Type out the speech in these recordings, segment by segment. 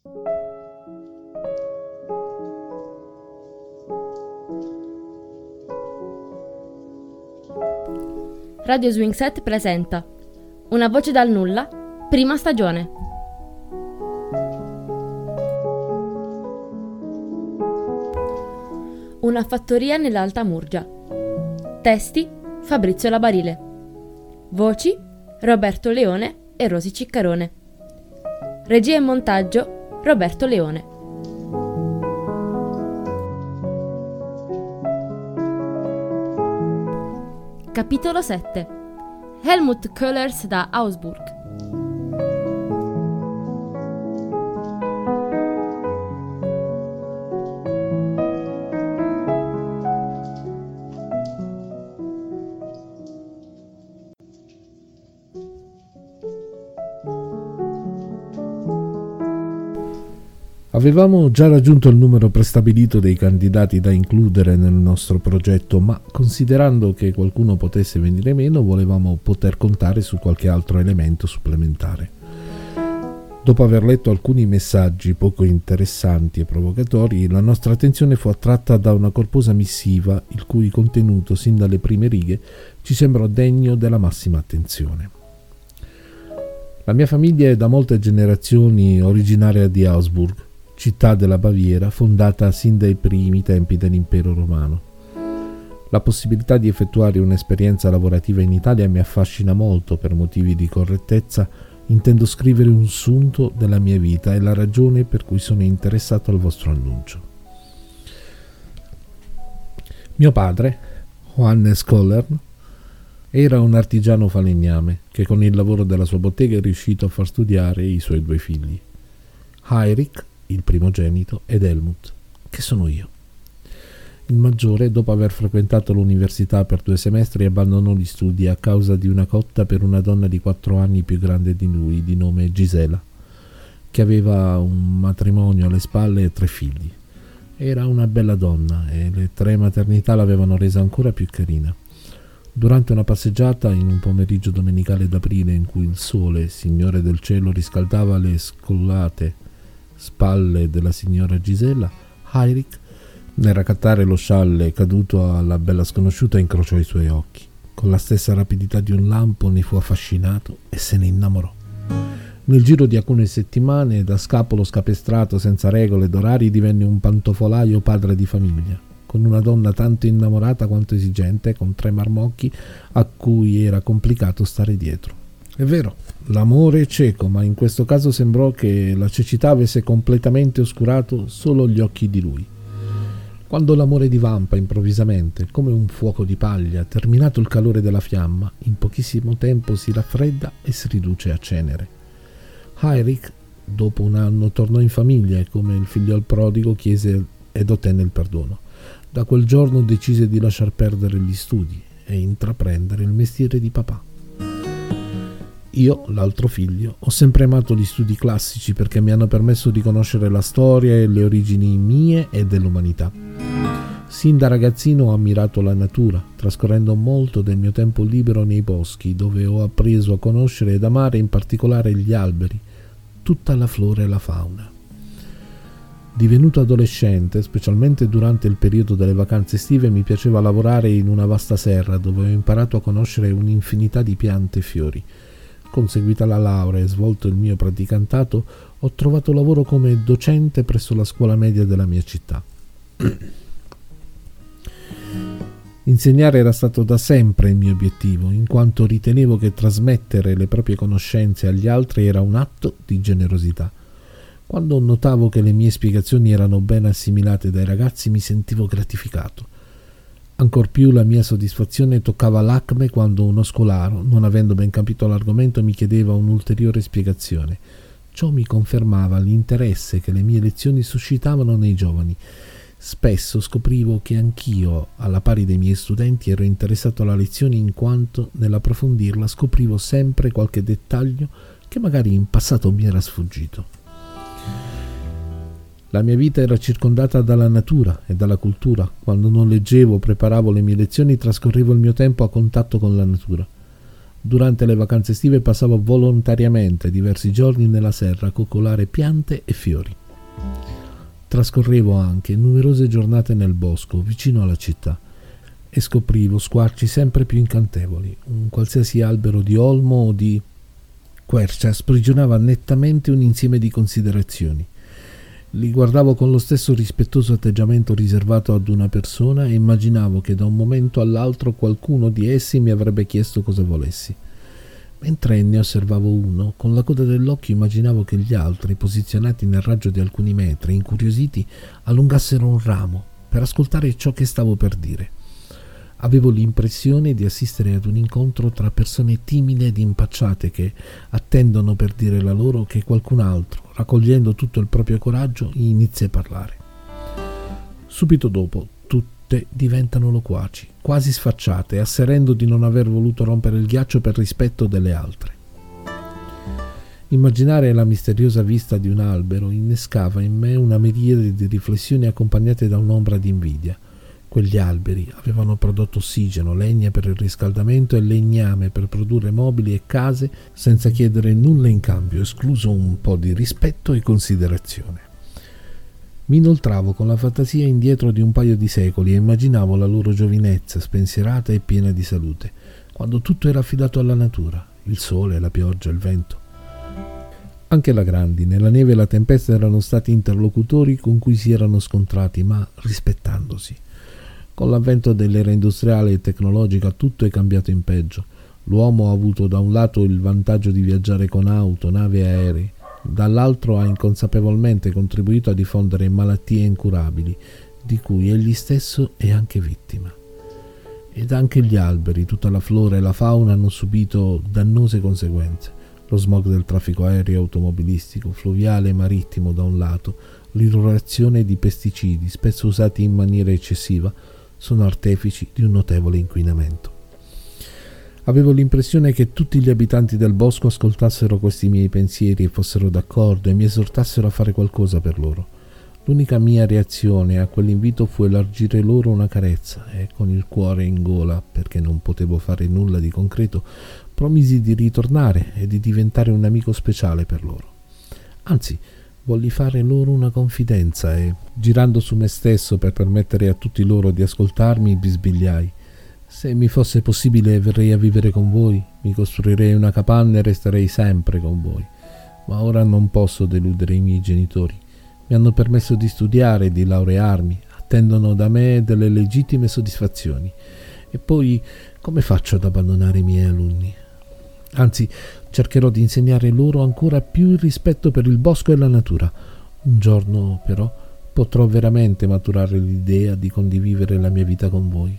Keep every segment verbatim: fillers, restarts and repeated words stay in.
Radio Swing Set presenta Una voce dal nulla, prima stagione. Una fattoria nell'Alta Murgia. Testi Fabrizio Labarile. Voci Roberto Leone e Rosy Ciccarone. Regia e montaggio Roberto Leone. Capitolo sette. Helmut Köhlers da Augsburg. Avevamo già raggiunto il numero prestabilito dei candidati da includere nel nostro progetto, ma considerando che qualcuno potesse venire meno, volevamo poter contare su qualche altro elemento supplementare. Dopo aver letto alcuni messaggi poco interessanti e provocatori, la nostra attenzione fu attratta da una corposa missiva il cui contenuto, sin dalle prime righe, ci sembrò degno della massima attenzione. La mia famiglia è da molte generazioni originaria di Augsburg, città della Baviera fondata sin dai primi tempi dell'impero romano. La possibilità di effettuare un'esperienza lavorativa in Italia mi affascina molto. Per motivi di correttezza intendo scrivere un sunto della mia vita e la ragione per cui sono interessato al vostro annuncio. Mio padre, Johannes Köhler, era un artigiano falegname che con il lavoro della sua bottega è riuscito a far studiare i suoi due figli, Heinrich, il primogenito, ed Helmut, che sono io. Il maggiore, dopo aver frequentato l'università per due semestri, abbandonò gli studi a causa di una cotta per una donna di quattro anni più grande di lui, di nome Gisela, che aveva un matrimonio alle spalle e tre figli. Era una bella donna e le tre maternità l'avevano resa ancora più carina. Durante una passeggiata in un pomeriggio domenicale d'aprile in cui il sole, signore del cielo, riscaldava le scollate spalle della signora Gisela, Heinrich, nel raccattare lo scialle caduto alla bella sconosciuta, incrociò i suoi occhi. Con la stessa rapidità di un lampo ne fu affascinato e se ne innamorò. Nel giro di alcune settimane, da scapolo scapestrato senza regole ed orari, divenne un pantofolaio padre di famiglia, con una donna tanto innamorata quanto esigente, con tre marmocchi a cui era complicato stare dietro. È vero, l'amore è cieco, ma in questo caso sembrò che la cecità avesse completamente oscurato solo gli occhi di lui. Quando l'amore divampa improvvisamente, come un fuoco di paglia, terminato il calore della fiamma, in pochissimo tempo si raffredda e si riduce a cenere. Heinrich, dopo un anno, tornò in famiglia e, come il figliol prodigo, chiese ed ottenne il perdono. Da quel giorno decise di lasciar perdere gli studi e intraprendere il mestiere di papà. Io, l'altro figlio, ho sempre amato gli studi classici perché mi hanno permesso di conoscere la storia e le origini mie e dell'umanità. Sin da ragazzino ho ammirato la natura, trascorrendo molto del mio tempo libero nei boschi, dove ho appreso a conoscere ed amare in particolare gli alberi, tutta la flora e la fauna. Divenuto adolescente, specialmente durante il periodo delle vacanze estive, mi piaceva lavorare in una vasta serra dove ho imparato a conoscere un'infinità di piante e fiori. Conseguita la laurea e svolto il mio praticantato, ho trovato lavoro come docente presso la scuola media della mia città. Insegnare era stato da sempre il mio obiettivo, in quanto ritenevo che trasmettere le proprie conoscenze agli altri era un atto di generosità. Quando notavo che le mie spiegazioni erano ben assimilate dai ragazzi, mi sentivo gratificato. Ancor più la mia soddisfazione toccava l'acme quando uno scolaro, non avendo ben capito l'argomento, mi chiedeva un'ulteriore spiegazione. Ciò mi confermava l'interesse che le mie lezioni suscitavano nei giovani. Spesso scoprivo che anch'io, alla pari dei miei studenti, ero interessato alla lezione in quanto, nell'approfondirla, scoprivo sempre qualche dettaglio che magari in passato mi era sfuggito. La mia vita era circondata dalla natura e dalla cultura. Quando non leggevo o preparavo le mie lezioni, trascorrevo il mio tempo a contatto con la natura. Durante le vacanze estive passavo volontariamente diversi giorni nella serra a coccolare piante e fiori. Trascorrevo anche numerose giornate nel bosco, vicino alla città, e scoprivo squarci sempre più incantevoli. Un qualsiasi albero di olmo o di quercia sprigionava nettamente un insieme di considerazioni. Li guardavo con lo stesso rispettoso atteggiamento riservato ad una persona e immaginavo che da un momento all'altro qualcuno di essi mi avrebbe chiesto cosa volessi. Mentre ne osservavo uno, con la coda dell'occhio immaginavo che gli altri, posizionati nel raggio di alcuni metri, incuriositi, allungassero un ramo per ascoltare ciò che stavo per dire. Avevo l'impressione di assistere ad un incontro tra persone timide ed impacciate che attendono per dire la loro che qualcun altro, raccogliendo tutto il proprio coraggio, inizia a parlare. Subito dopo, tutte diventano loquaci, quasi sfacciate, asserendo di non aver voluto rompere il ghiaccio per rispetto delle altre. Immaginare la misteriosa vista di un albero innescava in me una miriade di riflessioni accompagnate da un'ombra di invidia. Quegli alberi avevano prodotto ossigeno, legna per il riscaldamento e legname per produrre mobili e case senza chiedere nulla in cambio, escluso un po' di rispetto e considerazione. Mi inoltravo con la fantasia indietro di un paio di secoli e immaginavo la loro giovinezza spensierata e piena di salute, quando tutto era affidato alla natura, il sole, la pioggia, il vento. Anche la grandine, la neve e la tempesta erano stati interlocutori con cui si erano scontrati, ma rispettandosi. Con l'avvento dell'era industriale e tecnologica tutto è cambiato in peggio. L'uomo ha avuto da un lato il vantaggio di viaggiare con auto, navi e aerei, dall'altro ha inconsapevolmente contribuito a diffondere malattie incurabili, di cui egli stesso è anche vittima. Ed anche gli alberi, tutta la flora e la fauna hanno subito dannose conseguenze. Lo smog del traffico aereo, automobilistico, fluviale e marittimo da un lato, l'irrorazione di pesticidi, spesso usati in maniera eccessiva, sono artefici di un notevole inquinamento. Avevo l'impressione che tutti gli abitanti del bosco ascoltassero questi miei pensieri e fossero d'accordo e mi esortassero a fare qualcosa per loro. L'unica mia reazione a quell'invito fu elargire loro una carezza e, con il cuore in gola, perché non potevo fare nulla di concreto, promisi di ritornare e di diventare un amico speciale per loro. Anzi, volli fare loro una confidenza e, girando su me stesso per permettere a tutti loro di ascoltarmi, bisbigliai: se mi fosse possibile verrei a vivere con voi, mi costruirei una capanna e resterei sempre con voi. Ma ora non posso deludere i miei genitori. Mi hanno permesso di studiare e di laurearmi, attendono da me delle legittime soddisfazioni. E poi come faccio ad abbandonare i miei alunni? Anzi, cercherò di insegnare loro ancora più il rispetto per il bosco e la natura. Un giorno, però, potrò veramente maturare l'idea di condividere la mia vita con voi.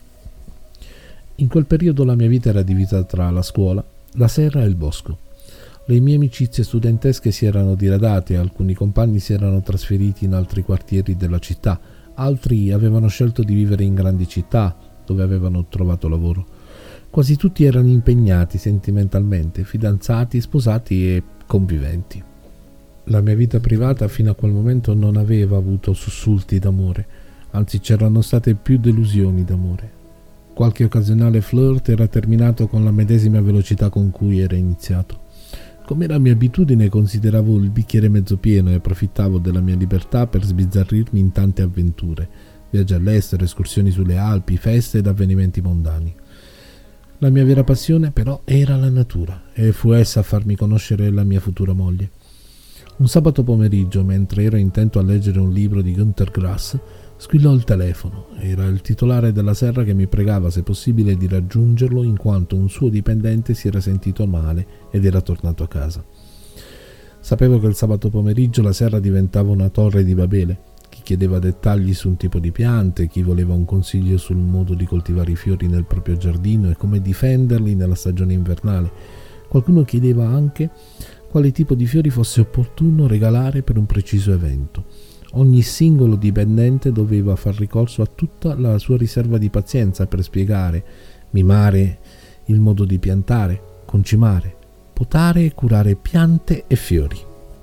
In quel periodo la mia vita era divisa tra la scuola, la serra e il bosco. Le mie amicizie studentesche si erano diradate, alcuni compagni si erano trasferiti in altri quartieri della città, altri avevano scelto di vivere in grandi città, dove avevano trovato lavoro. Quasi tutti erano impegnati sentimentalmente, fidanzati, sposati e conviventi. La mia vita privata fino a quel momento non aveva avuto sussulti d'amore, anzi c'erano state più delusioni d'amore. Qualche occasionale flirt era terminato con la medesima velocità con cui era iniziato. Come era mia abitudine, consideravo il bicchiere mezzo pieno e approfittavo della mia libertà per sbizzarrirmi in tante avventure, viaggi all'estero, escursioni sulle Alpi, feste ed avvenimenti mondani. La mia vera passione però era la natura e fu essa a farmi conoscere la mia futura moglie. Un sabato pomeriggio, mentre ero intento a leggere un libro di Günter Grass, squillò il telefono. Era il titolare della serra che mi pregava se possibile di raggiungerlo in quanto un suo dipendente si era sentito male ed era tornato a casa. Sapevo che il sabato pomeriggio la serra diventava una torre di Babele. Chi chiedeva dettagli su un tipo di piante, chi voleva un consiglio sul modo di coltivare i fiori nel proprio giardino e come difenderli nella stagione invernale. Qualcuno chiedeva anche quale tipo di fiori fosse opportuno regalare per un preciso evento. Ogni singolo dipendente doveva far ricorso a tutta la sua riserva di pazienza per spiegare, mimare il modo di piantare, concimare, potare e curare piante e fiori.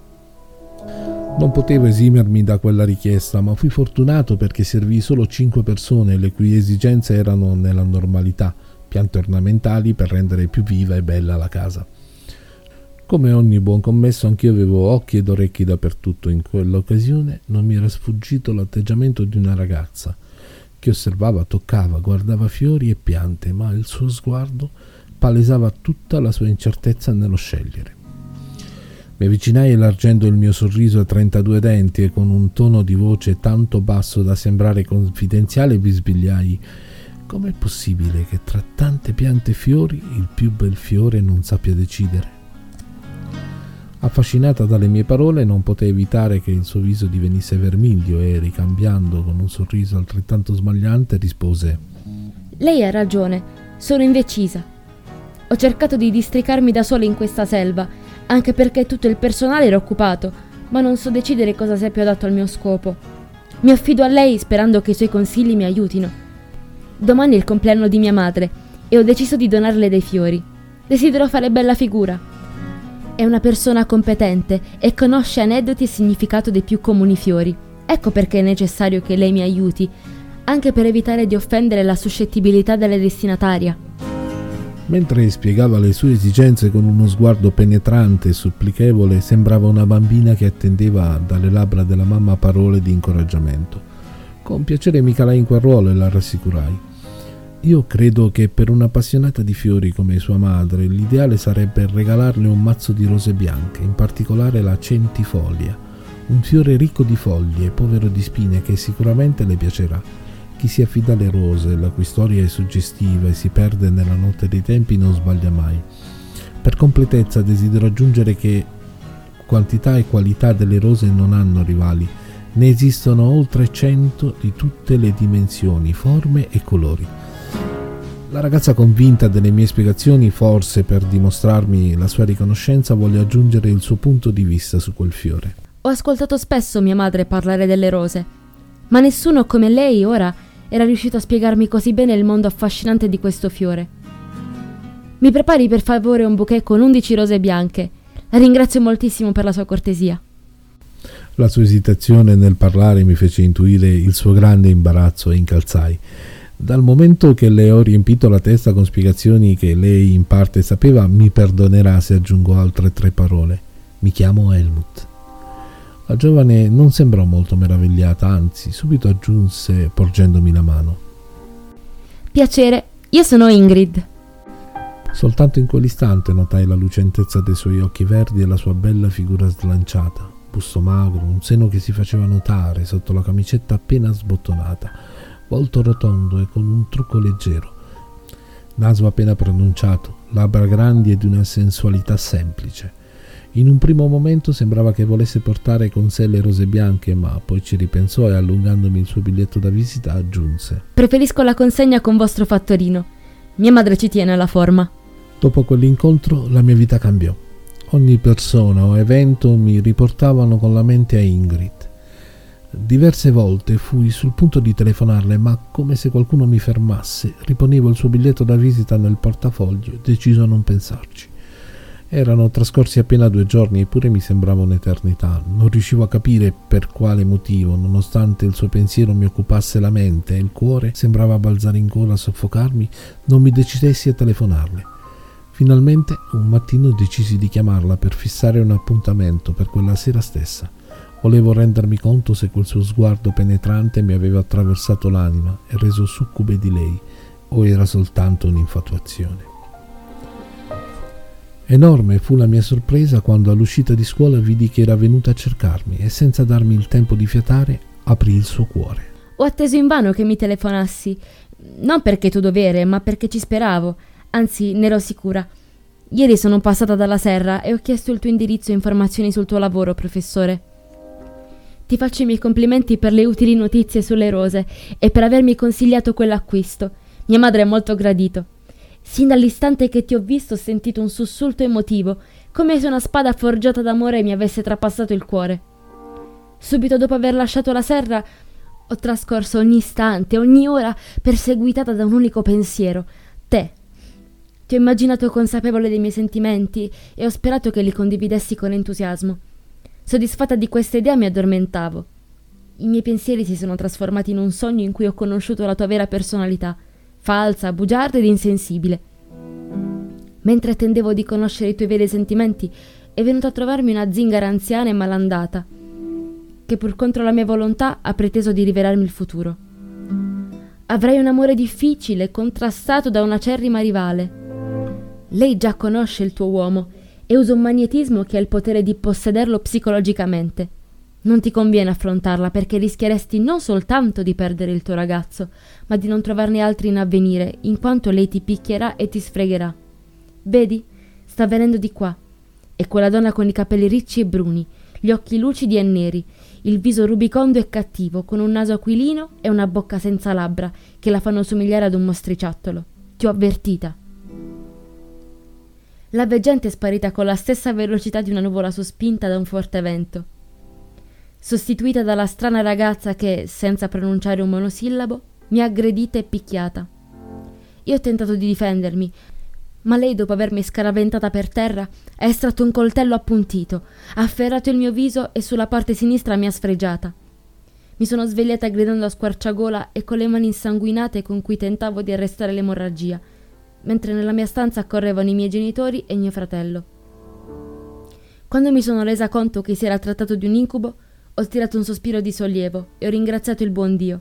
Non potevo esimermi da quella richiesta, ma fui fortunato perché servii solo cinque persone le cui esigenze erano nella normalità, piante ornamentali per rendere più viva e bella la casa. Come ogni buon commesso, anch'io avevo occhi ed orecchi dappertutto. In quell'occasione non mi era sfuggito l'atteggiamento di una ragazza che osservava, toccava, guardava fiori e piante, ma il suo sguardo palesava tutta la sua incertezza nello scegliere. Mi avvicinai elargendo il mio sorriso a trentadue denti e con un tono di voce tanto basso da sembrare confidenziale bisbigliai: com'è possibile che tra tante piante e fiori il più bel fiore non sappia decidere? Affascinata dalle mie parole, non potei evitare che il suo viso divenisse vermiglio e, ricambiando con un sorriso altrettanto smagliante, rispose: Lei ha ragione, sono indecisa. Ho cercato di districarmi da sola in questa selva, anche perché tutto il personale era occupato, ma non so decidere cosa sia più adatto al mio scopo. Mi affido a lei sperando che i suoi consigli mi aiutino. Domani è il compleanno di mia madre e ho deciso di donarle dei fiori. Desidero fare bella figura. È una persona competente e conosce aneddoti e significato dei più comuni fiori. Ecco perché è necessario che lei mi aiuti, anche per evitare di offendere la suscettibilità della destinataria. Mentre spiegava le sue esigenze con uno sguardo penetrante e supplichevole, sembrava una bambina che attendeva dalle labbra della mamma parole di incoraggiamento. Con piacere mi calai in quel ruolo e la rassicurai. Io credo che per un'appassionata di fiori come sua madre l'ideale sarebbe regalarle un mazzo di rose bianche, in particolare la centifolia, un fiore ricco di foglie e povero di spine che sicuramente le piacerà. Chi si affida alle rose, la cui storia è suggestiva e si perde nella notte dei tempi, non sbaglia mai. Per completezza desidero aggiungere che quantità e qualità delle rose non hanno rivali. Ne esistono oltre cento di tutte le dimensioni, forme e colori. La ragazza, convinta delle mie spiegazioni, forse per dimostrarmi la sua riconoscenza, volle aggiungere il suo punto di vista su quel fiore. Ho ascoltato spesso mia madre parlare delle rose, ma nessuno come lei ora era riuscito a spiegarmi così bene il mondo affascinante di questo fiore. Mi prepari per favore un bouquet con undici rose bianche. La ringrazio moltissimo per la sua cortesia. La sua esitazione nel parlare mi fece intuire il suo grande imbarazzo e incalzai. Dal momento che le ho riempito la testa con spiegazioni che lei in parte sapeva, mi perdonerà se aggiungo altre tre parole. Mi chiamo Helmut. La giovane non sembrò molto meravigliata, anzi, subito aggiunse porgendomi la mano: Piacere, io sono Ingrid. Soltanto in quell'istante notai la lucentezza dei suoi occhi verdi e la sua bella figura slanciata, busto magro, un seno che si faceva notare sotto la camicetta appena sbottonata, volto rotondo e con un trucco leggero, naso appena pronunciato, labbra grandi e di una sensualità semplice. In un primo momento sembrava che volesse portare con sé le rose bianche, ma poi ci ripensò e, allungandomi il suo biglietto da visita, aggiunse: Preferisco la consegna con vostro fattorino. Mia madre ci tiene alla forma. Dopo quell'incontro la mia vita cambiò. Ogni persona o evento mi riportavano con la mente a Ingrid. Diverse volte fui sul punto di telefonarle, ma come se qualcuno mi fermasse, riponevo il suo biglietto da visita nel portafoglio, deciso a non pensarci. Erano trascorsi appena due giorni, eppure mi sembrava un'eternità. Non riuscivo a capire per quale motivo, nonostante il suo pensiero mi occupasse la mente e il cuore sembrava balzare in gola a soffocarmi, non mi decidessi a telefonarle. Finalmente, un mattino decisi di chiamarla per fissare un appuntamento per quella sera stessa. Volevo rendermi conto se quel suo sguardo penetrante mi aveva attraversato l'anima e reso succube di lei, o era soltanto un'infatuazione. Enorme fu la mia sorpresa quando all'uscita di scuola vidi che era venuta a cercarmi e, senza darmi il tempo di fiatare, aprì il suo cuore. Ho atteso invano che mi telefonassi, non perché tuo dovere, ma perché ci speravo, anzi ne ero sicura. Ieri sono passata dalla serra e ho chiesto il tuo indirizzo e informazioni sul tuo lavoro, professore. Ti faccio i miei complimenti per le utili notizie sulle rose e per avermi consigliato quell'acquisto. Mia madre è molto gradito. Sin dall'istante che ti ho visto ho sentito un sussulto emotivo, come se una spada forgiata d'amore mi avesse trapassato il cuore. Subito dopo aver lasciato la serra ho trascorso ogni istante, ogni ora perseguitata da un unico pensiero: te. Ti ho immaginato consapevole dei miei sentimenti e ho sperato che li condividessi con entusiasmo. Soddisfatta di questa idea mi addormentavo. I miei pensieri si sono trasformati in un sogno in cui ho conosciuto la tua vera personalità, falsa, bugiarda ed insensibile. Mentre attendevo di conoscere i tuoi veri sentimenti, è venuta a trovarmi una zingara anziana e malandata, che pur contro la mia volontà ha preteso di rivelarmi il futuro. Avrai un amore difficile, contrastato da un'acerrima rivale. Lei già conosce il tuo uomo e usa un magnetismo che ha il potere di possederlo psicologicamente. Non ti conviene affrontarla perché rischieresti non soltanto di perdere il tuo ragazzo, ma di non trovarne altri in avvenire, in quanto lei ti picchierà e ti sfregherà. Vedi? Sta venendo di qua. È quella donna con i capelli ricci e bruni, gli occhi lucidi e neri, il viso rubicondo e cattivo, con un naso aquilino e una bocca senza labbra che la fanno somigliare ad un mostriciattolo. Ti ho avvertita. La veggente è sparita con la stessa velocità di una nuvola sospinta da un forte vento, sostituita dalla strana ragazza che, senza pronunciare un monosillabo, mi ha aggredita e picchiata. Io ho tentato di difendermi, ma lei, dopo avermi scaraventata per terra, ha estratto un coltello appuntito, ha afferrato il mio viso e sulla parte sinistra mi ha sfregiata. Mi sono svegliata gridando a squarciagola e con le mani insanguinate con cui tentavo di arrestare l'emorragia, mentre nella mia stanza accorrevano i miei genitori e mio fratello. Quando mi sono resa conto che si era trattato di un incubo, ho tirato un sospiro di sollievo e ho ringraziato il buon Dio.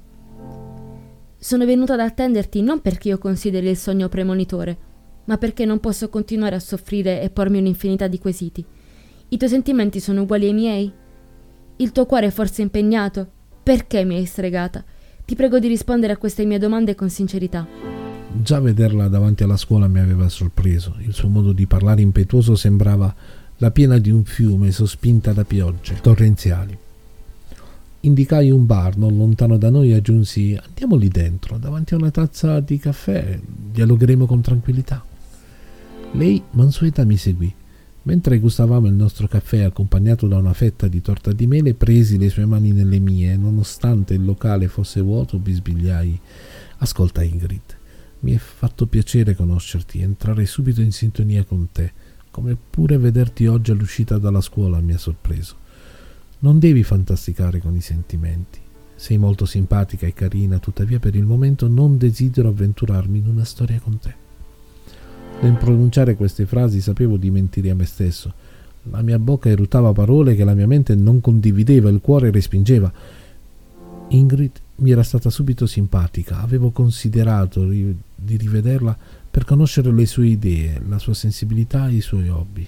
Sono venuta ad attenderti non perché io consideri il sogno premonitore, ma perché non posso continuare a soffrire e pormi un'infinità di quesiti. I tuoi sentimenti sono uguali ai miei? Il tuo cuore è forse impegnato? Perché mi hai stregata? Ti prego di rispondere a queste mie domande con sincerità. Già vederla davanti alla scuola mi aveva sorpreso. Il suo modo di parlare impetuoso sembrava la piena di un fiume sospinta da piogge torrenziali. Indicai un bar non lontano da noi e aggiunsi: andiamo lì dentro, davanti a una tazza di caffè, dialogheremo con tranquillità. Lei, mansueta, mi seguì. Mentre gustavamo il nostro caffè accompagnato da una fetta di torta di mele, presi le sue mani nelle mie e, nonostante il locale fosse vuoto, bisbigliai: ascolta Ingrid, mi è fatto piacere conoscerti e entrare subito in sintonia con te, come pure vederti oggi all'uscita dalla scuola mi ha sorpreso. Non devi fantasticare con i sentimenti. Sei molto simpatica e carina, tuttavia per il momento non desidero avventurarmi in una storia con te. Nel pronunciare queste frasi sapevo di mentire a me stesso. La mia bocca eruttava parole che la mia mente non condivideva, il cuore respingeva. Ingrid mi era stata subito simpatica, avevo considerato ri- di rivederla per conoscere le sue idee, la sua sensibilità e i suoi hobby.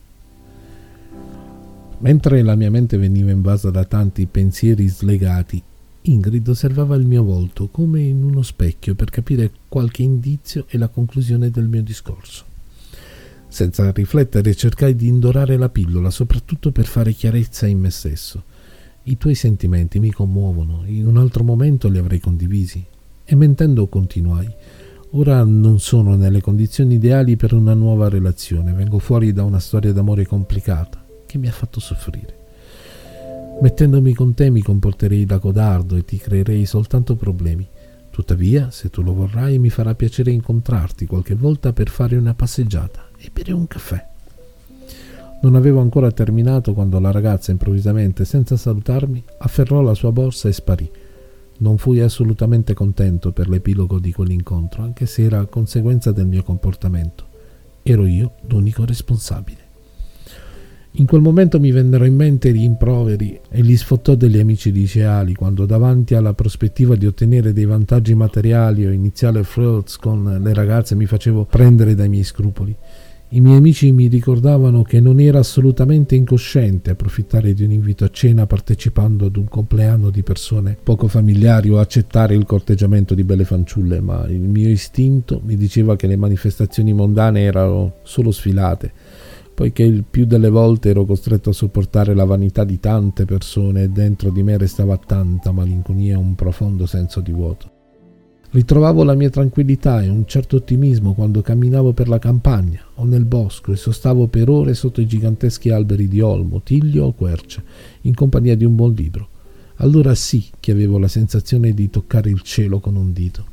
Mentre la mia mente veniva invasa da tanti pensieri slegati, Ingrid osservava il mio volto come in uno specchio per capire qualche indizio e la conclusione del mio discorso. Senza riflettere cercai di indorare la pillola, soprattutto per fare chiarezza in me stesso. I tuoi sentimenti mi commuovono, in un altro momento li avrei condivisi. E mentendo continuai: ora non sono nelle condizioni ideali per una nuova relazione, vengo fuori da una storia d'amore complicata che mi ha fatto soffrire. Mettendomi con te mi comporterei da codardo e ti creerei soltanto problemi. Tuttavia, se tu lo vorrai, mi farà piacere incontrarti qualche volta per fare una passeggiata e bere un caffè. Non avevo ancora terminato quando la ragazza improvvisamente, senza salutarmi, afferrò la sua borsa e sparì. Non fui assolutamente contento per l'epilogo di quell'incontro, anche se era conseguenza del mio comportamento. Ero io l'unico responsabile. In quel momento mi vennero in mente i rimproveri e gli sfottò degli amici liceali quando, davanti alla prospettiva di ottenere dei vantaggi materiali o iniziare flirts con le ragazze, mi facevo prendere dai miei scrupoli. I miei amici mi ricordavano che non era assolutamente incosciente approfittare di un invito a cena partecipando ad un compleanno di persone poco familiari o accettare il corteggiamento di belle fanciulle, ma il mio istinto mi diceva che le manifestazioni mondane erano solo sfilate, poiché il più delle volte ero costretto a sopportare la vanità di tante persone e dentro di me restava tanta malinconia e un profondo senso di vuoto. Ritrovavo la mia tranquillità e un certo ottimismo quando camminavo per la campagna o nel bosco e sostavo per ore sotto i giganteschi alberi di olmo, tiglio o querce, in compagnia di un buon libro. Allora sì che avevo la sensazione di toccare il cielo con un dito.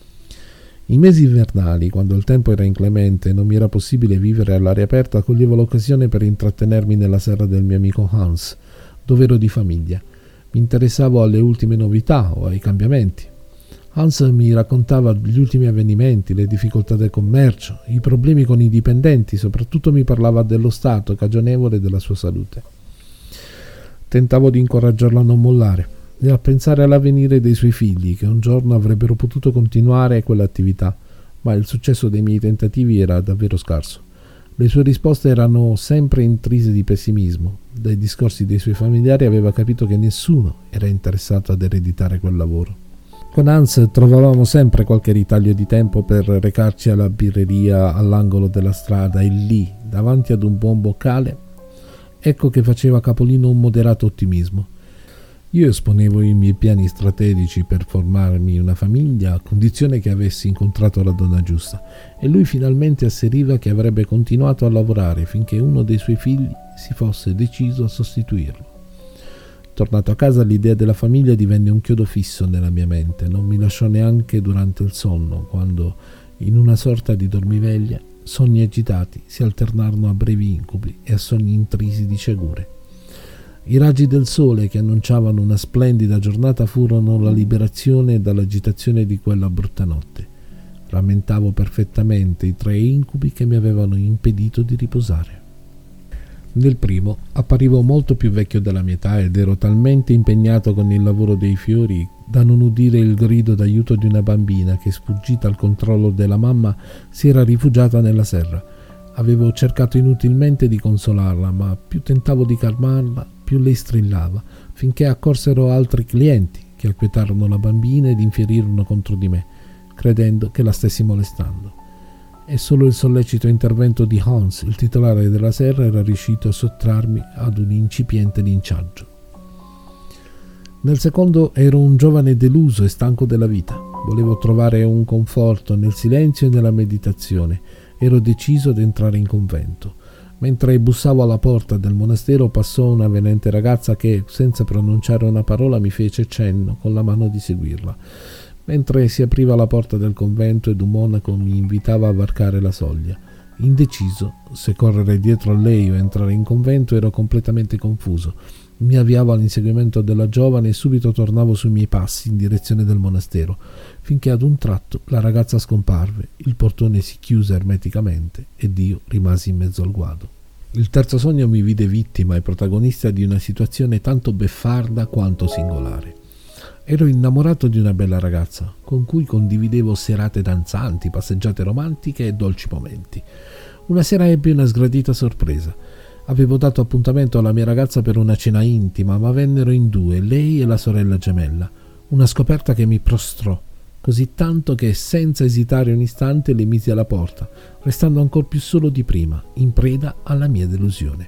I mesi invernali, quando il tempo era inclemente e non mi era possibile vivere all'aria aperta, coglievo l'occasione per intrattenermi nella serra del mio amico Hans, dove ero di famiglia. Mi interessavo alle ultime novità o ai cambiamenti. Hans mi raccontava gli ultimi avvenimenti, le difficoltà del commercio, i problemi con i dipendenti, soprattutto mi parlava dello stato cagionevole della sua salute. Tentavo di incoraggiarlo a non mollare e a pensare all'avvenire dei suoi figli, che un giorno avrebbero potuto continuare quell'attività, ma il successo dei miei tentativi era davvero scarso. Le sue risposte erano sempre intrise di pessimismo. Dai discorsi dei suoi familiari aveva capito che nessuno era interessato ad ereditare quel lavoro. Con Hans trovavamo sempre qualche ritaglio di tempo per recarci alla birreria all'angolo della strada e lì, davanti ad un buon boccale, ecco che faceva capolino un moderato ottimismo. Io esponevo i miei piani strategici per formarmi una famiglia a condizione che avessi incontrato la donna giusta, e lui finalmente asseriva che avrebbe continuato a lavorare finché uno dei suoi figli si fosse deciso a sostituirlo. Tornato a casa, l'idea della famiglia divenne un chiodo fisso nella mia mente, non mi lasciò neanche durante il sonno, quando, in una sorta di dormiveglia, sogni agitati si alternarono a brevi incubi e a sogni intrisi di sciagure. I raggi del sole che annunciavano una splendida giornata furono la liberazione dall'agitazione di quella brutta notte. Rammentavo perfettamente i tre incubi che mi avevano impedito di riposare. Nel primo apparivo molto più vecchio della mia età ed ero talmente impegnato con il lavoro dei fiori da non udire il grido d'aiuto di una bambina che, sfuggita al controllo della mamma, si era rifugiata nella serra. Avevo cercato inutilmente di consolarla, ma più tentavo di calmarla, più lei strillava, finché accorsero altri clienti che acquietarono la bambina ed infierirono contro di me, credendo che la stessi molestando. E solo il sollecito intervento di Hans, il titolare della serra, era riuscito a sottrarmi ad un incipiente linciaggio. Nel secondo ero un giovane deluso e stanco della vita. Volevo trovare un conforto nel silenzio e nella meditazione. Ero deciso ad entrare in convento. Mentre bussavo alla porta del monastero passò una venente ragazza che, senza pronunciare una parola, mi fece cenno con la mano di seguirla. Mentre si apriva la porta del convento ed un monaco mi invitava a varcare la soglia. Indeciso se correre dietro a lei o entrare in convento, ero completamente confuso. Mi avviavo all'inseguimento della giovane e subito tornavo sui miei passi in direzione del monastero, finché ad un tratto la ragazza scomparve, il portone si chiuse ermeticamente ed io rimasi in mezzo al guado. Il terzo sogno mi vide vittima e protagonista di una situazione tanto beffarda quanto singolare. Ero innamorato di una bella ragazza, con cui condividevo serate danzanti, passeggiate romantiche e dolci momenti. Una sera ebbi una sgradita sorpresa. Avevo dato appuntamento alla mia ragazza per una cena intima, ma vennero in due, lei e la sorella gemella. Una scoperta che mi prostrò, così tanto che senza esitare un istante le misi alla porta, restando ancor più solo di prima, in preda alla mia delusione.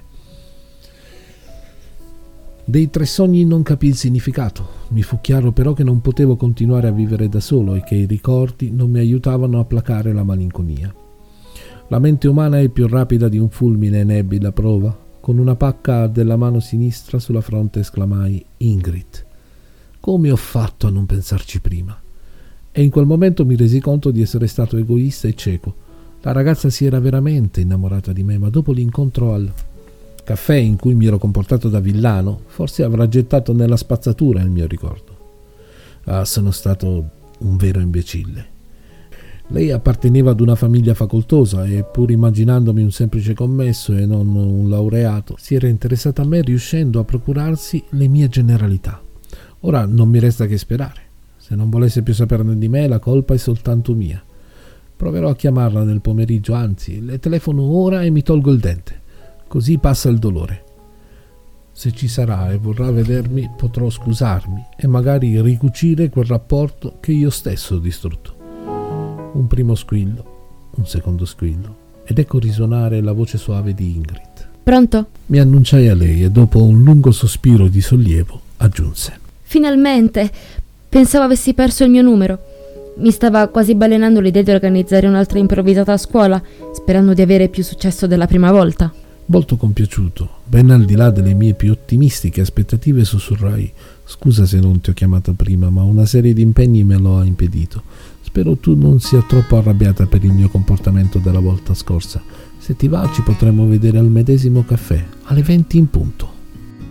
Dei tre sogni non capii il significato. Mi fu chiaro però che non potevo continuare a vivere da solo e che i ricordi non mi aiutavano a placare la malinconia. La mente umana è più rapida di un fulmine, ne ebbi la prova. Con una pacca della mano sinistra sulla fronte esclamai: Ingrid. Come ho fatto a non pensarci prima? E in quel momento mi resi conto di essere stato egoista e cieco. La ragazza si era veramente innamorata di me, ma dopo l'incontro al caffè in cui mi ero comportato da villano, forse avrà gettato nella spazzatura il mio ricordo. Ah, sono stato un vero imbecille. Lei apparteneva ad una famiglia facoltosa e, pur immaginandomi un semplice commesso e non un laureato, si era interessata a me riuscendo a procurarsi le mie generalità. Ora non mi resta che sperare. Se non volesse più saperne di me, la colpa è soltanto mia. Proverò a chiamarla nel pomeriggio, anzi, le telefono ora e mi tolgo il dente. Così passa il dolore. Se ci sarà e vorrà vedermi, potrò scusarmi e magari ricucire quel rapporto che io stesso ho distrutto. Un primo squillo, un secondo squillo, ed ecco risuonare la voce suave di Ingrid. Pronto? Mi annunciai a lei e dopo un lungo sospiro di sollievo aggiunse: Finalmente! Pensavo avessi perso il mio numero. Mi stava quasi balenando l'idea di organizzare un'altra improvvisata a scuola, sperando di avere più successo della prima volta. Molto compiaciuto, ben al di là delle mie più ottimistiche aspettative, sussurrai: Scusa se non ti ho chiamata prima, ma una serie di impegni me lo ha impedito. Spero tu non sia troppo arrabbiata per il mio comportamento della volta scorsa. Se ti va, ci potremmo vedere al medesimo caffè, alle venti in punto.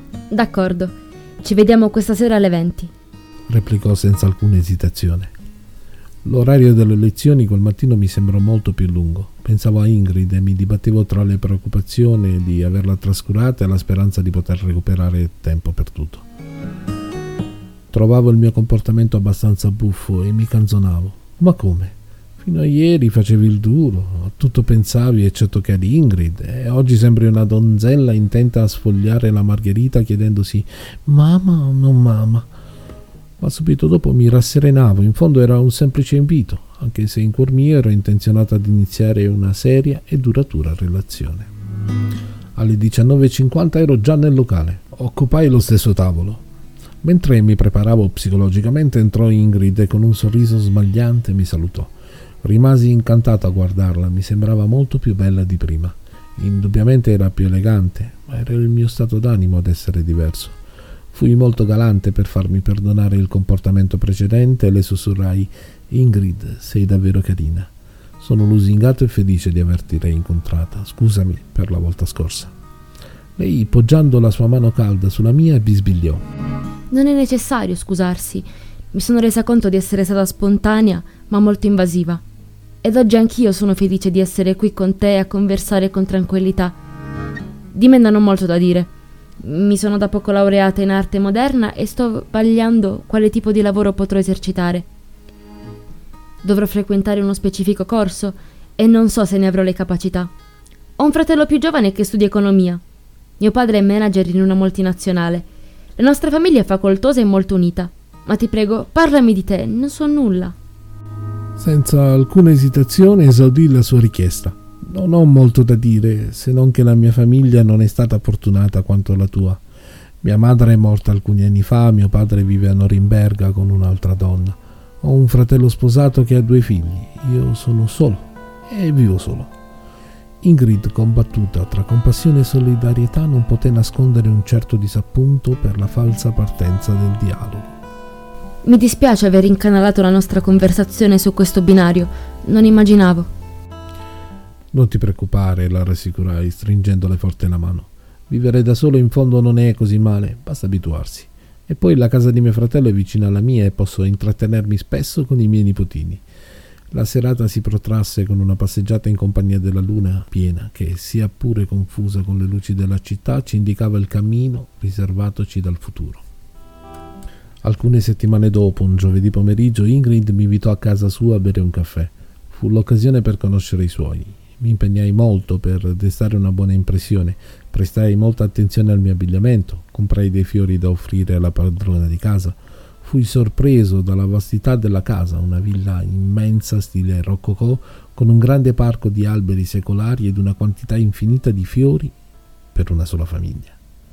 D'accordo, ci vediamo questa sera alle venti, replicò senza alcuna esitazione. L'orario delle lezioni quel mattino mi sembrò molto più lungo. Pensavo a Ingrid e mi dibattevo tra le preoccupazioni di averla trascurata e la speranza di poter recuperare tempo perduto. Trovavo il mio comportamento abbastanza buffo e mi canzonavo. Ma come? Fino a ieri facevi il duro, a tutto pensavi eccetto che ad Ingrid, e oggi sembri una donzella intenta a sfogliare la margherita chiedendosi «Mamma o non mamma?». Ma subito dopo mi rasserenavo, in fondo era un semplice invito, anche se in cuor mio ero intenzionato ad iniziare una seria e duratura relazione. Alle diciannove e cinquanta ero già nel locale, occupai lo stesso tavolo. Mentre mi preparavo psicologicamente entrò Ingrid e con un sorriso smagliante mi salutò. Rimasi incantato a guardarla, mi sembrava molto più bella di prima. Indubbiamente era più elegante, ma era il mio stato d'animo ad essere diverso. Fui molto galante per farmi perdonare il comportamento precedente e le sussurrai «Ingrid, sei davvero carina. Sono lusingato e felice di averti reincontrata. Scusami per la volta scorsa». Lei, poggiando la sua mano calda sulla mia, bisbigliò. Non è necessario scusarsi. Mi sono resa conto di essere stata spontanea, ma molto invasiva. Ed oggi anch'io sono felice di essere qui con te a conversare con tranquillità. Di me non ho molto da dire. Mi sono da poco laureata in arte moderna e sto vagliando quale tipo di lavoro potrò esercitare. Dovrò frequentare uno specifico corso e non so se ne avrò le capacità. Ho un fratello più giovane che studia economia. Mio padre è manager in una multinazionale. La nostra famiglia è facoltosa e molto unita. Ma ti prego, parlami di te, non so nulla. Senza alcuna esitazione esaudì la sua richiesta. Non ho molto da dire, se non che la mia famiglia non è stata fortunata quanto la tua. Mia madre è morta alcuni anni fa, mio padre vive a Norimberga con un'altra donna. Ho un fratello sposato che ha due figli. Io sono solo e vivo solo. Ingrid, combattuta tra compassione e solidarietà, non poté nascondere un certo disappunto per la falsa partenza del dialogo. Mi dispiace aver incanalato la nostra conversazione su questo binario. Non immaginavo. Non ti preoccupare, la rassicurai, stringendole forte la mano. Vivere da solo in fondo non è così male, basta abituarsi. E poi la casa di mio fratello è vicina alla mia e posso intrattenermi spesso con i miei nipotini. La serata si protrasse con una passeggiata in compagnia della luna piena che, sia pure confusa con le luci della città, ci indicava il cammino riservatoci dal futuro. Alcune settimane dopo, un giovedì pomeriggio, Ingrid mi invitò a casa sua a bere un caffè. Fu l'occasione per conoscere i suoi. Mi impegnai molto per destare una buona impressione, prestai molta attenzione al mio abbigliamento, comprai dei fiori da offrire alla padrona di casa. Fui sorpreso dalla vastità della casa, una villa immensa stile rococò, con un grande parco di alberi secolari ed una quantità infinita di fiori per una sola famiglia.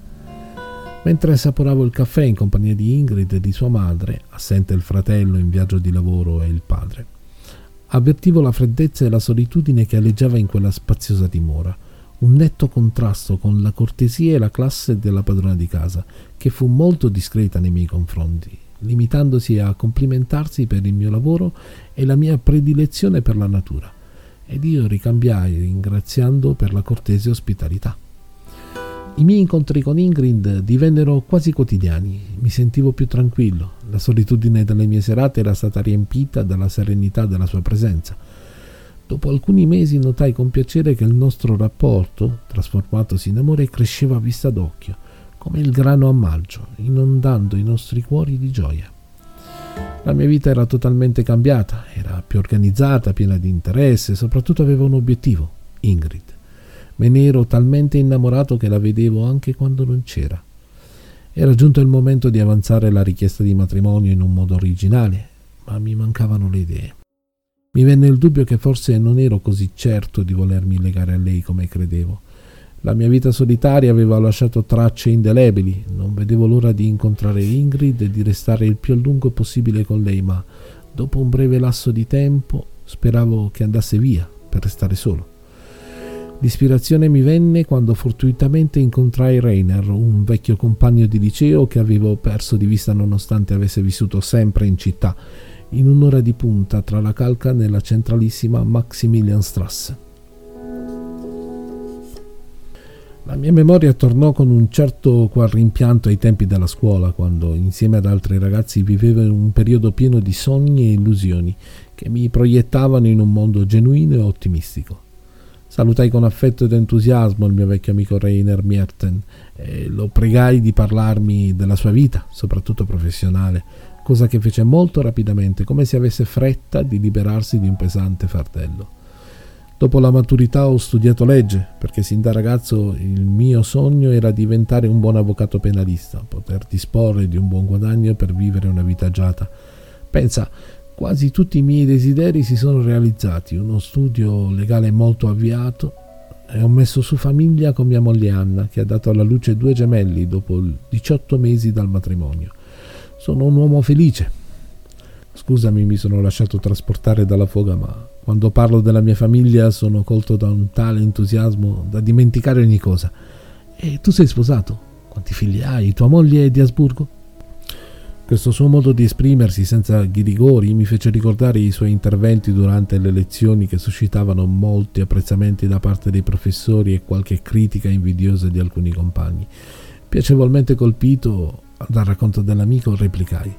Mentre assaporavo il caffè in compagnia di Ingrid e di sua madre, assente il fratello in viaggio di lavoro e il padre, avvertivo la freddezza e la solitudine che aleggiava in quella spaziosa dimora, un netto contrasto con la cortesia e la classe della padrona di casa, che fu molto discreta nei miei confronti, limitandosi a complimentarsi per il mio lavoro e la mia predilezione per la natura, ed io ricambiai ringraziando per la cortese ospitalità. I miei incontri con Ingrid divennero quasi quotidiani, mi sentivo più tranquillo, la solitudine delle mie serate era stata riempita dalla serenità della sua presenza. Dopo alcuni mesi notai con piacere che il nostro rapporto, trasformatosi in amore, cresceva a vista d'occhio, come il grano a maggio, inondando i nostri cuori di gioia. La mia vita era totalmente cambiata, era più organizzata, piena di interesse e soprattutto aveva un obiettivo, Ingrid. Me ne ero talmente innamorato che la vedevo anche quando non c'era. Era giunto il momento di avanzare la richiesta di matrimonio in un modo originale, ma mi mancavano le idee. Mi venne il dubbio che forse non ero così certo di volermi legare a lei come credevo. La mia vita solitaria aveva lasciato tracce indelebili, non vedevo l'ora di incontrare Ingrid e di restare il più a lungo possibile con lei, ma dopo un breve lasso di tempo speravo che andasse via per restare solo. L'ispirazione mi venne quando fortuitamente incontrai Rainer, un vecchio compagno di liceo che avevo perso di vista nonostante avesse vissuto sempre in città, in un'ora di punta tra la calca nella centralissima Maximilianstrasse. La mia memoria tornò con un certo qual rimpianto ai tempi della scuola, quando insieme ad altri ragazzi vivevo in un periodo pieno di sogni e illusioni che mi proiettavano in un mondo genuino e ottimistico. Salutai con affetto ed entusiasmo il mio vecchio amico Rainer Mierten e lo pregai di parlarmi della sua vita, soprattutto professionale, cosa che fece molto rapidamente, come se avesse fretta di liberarsi di un pesante fardello. Dopo la maturità ho studiato legge, perché sin da ragazzo il mio sogno era diventare un buon avvocato penalista, poter disporre di un buon guadagno per vivere una vita agiata. Pensa, quasi tutti i miei desideri si sono realizzati, uno studio legale molto avviato e ho messo su famiglia con mia moglie Anna, che ha dato alla luce due gemelli dopo diciotto mesi dal matrimonio. Sono un uomo felice. Scusami, mi sono lasciato trasportare dalla foga, ma quando parlo della mia famiglia sono colto da un tale entusiasmo da dimenticare ogni cosa. E tu sei sposato? Quanti figli hai? Tua moglie è di Asburgo? Questo suo modo di esprimersi senza ghirigori mi fece ricordare i suoi interventi durante le lezioni, che suscitavano molti apprezzamenti da parte dei professori e qualche critica invidiosa di alcuni compagni. Piacevolmente colpito dal racconto dell'amico, replicai: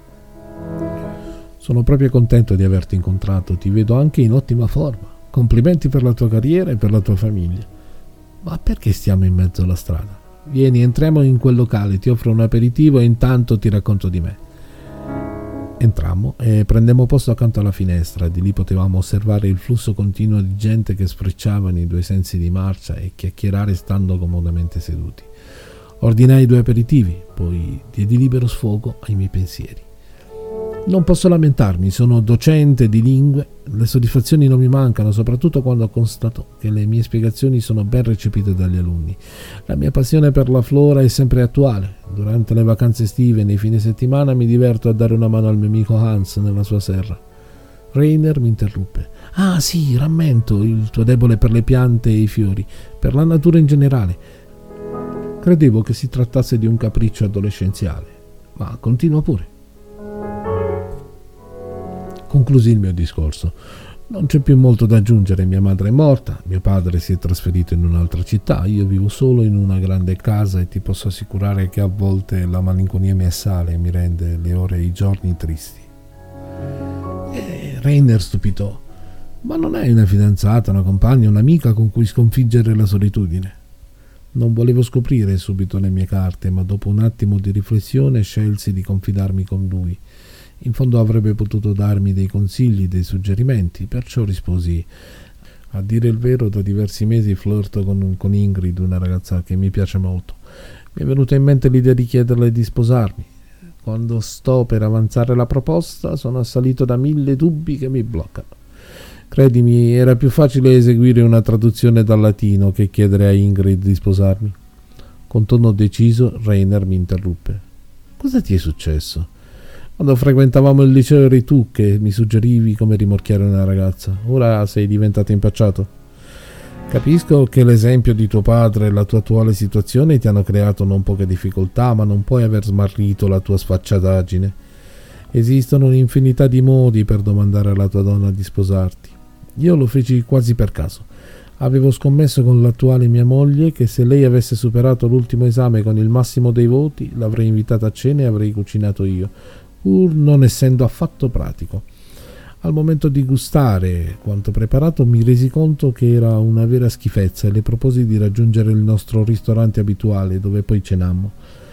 sono proprio contento di averti incontrato, ti vedo anche in ottima forma. Complimenti per la tua carriera e per la tua famiglia. Ma perché stiamo in mezzo alla strada? Vieni, entriamo in quel locale, ti offro un aperitivo e intanto ti racconto di me. Entrammo e prendemmo posto accanto alla finestra. Di lì potevamo osservare il flusso continuo di gente che sfrecciava nei due sensi di marcia e chiacchierare stando comodamente seduti. Ordinai due aperitivi, poi diedi libero sfogo ai miei pensieri. Non posso lamentarmi, sono docente di lingue, le soddisfazioni non mi mancano, soprattutto quando constato che le mie spiegazioni sono ben recepite dagli alunni. La mia passione per la flora è sempre attuale. Durante le vacanze estive e nei fine settimana mi diverto a dare una mano al mio amico Hans nella sua serra. Rainer mi interruppe. Ah sì, rammento, il tuo debole per le piante e i fiori, per la natura in generale. Credevo che si trattasse di un capriccio adolescenziale, ma continua pure. Conclusi il mio discorso. Non c'è più molto da aggiungere, mia madre è morta, mio padre si è trasferito in un'altra città, io vivo solo in una grande casa e ti posso assicurare che a volte la malinconia mi assale e mi rende le ore e i giorni tristi. E Rainer stupitò. Ma non hai una fidanzata, una compagna, un'amica con cui sconfiggere la solitudine? Non volevo scoprire subito le mie carte, ma dopo un attimo di riflessione scelsi di confidarmi con lui. In fondo avrebbe potuto darmi dei consigli, dei suggerimenti, perciò risposi: a dire il vero, da diversi mesi flirto con, con Ingrid, una ragazza che mi piace molto. Mi è venuta in mente l'idea di chiederle di sposarmi. Quando sto per avanzare la proposta sono assalito da mille dubbi che mi bloccano. Credimi, era più facile eseguire una traduzione dal latino che chiedere a Ingrid di sposarmi. Con tono deciso Rainer mi interruppe. Cosa ti è successo? Quando frequentavamo il liceo eri tu che mi suggerivi come rimorchiare una ragazza. Ora sei diventato impacciato. Capisco che l'esempio di tuo padre e la tua attuale situazione ti hanno creato non poche difficoltà, ma non puoi aver smarrito la tua sfacciataggine. Esistono un'infinità di modi per domandare alla tua donna di sposarti. Io lo feci quasi per caso. Avevo scommesso con l'attuale mia moglie che se lei avesse superato l'ultimo esame con il massimo dei voti, l'avrei invitata a cena e avrei cucinato io, pur non essendo affatto pratico. Al momento di gustare quanto preparato mi resi conto che era una vera schifezza e le proposi di raggiungere il nostro ristorante abituale, dove poi cenammo.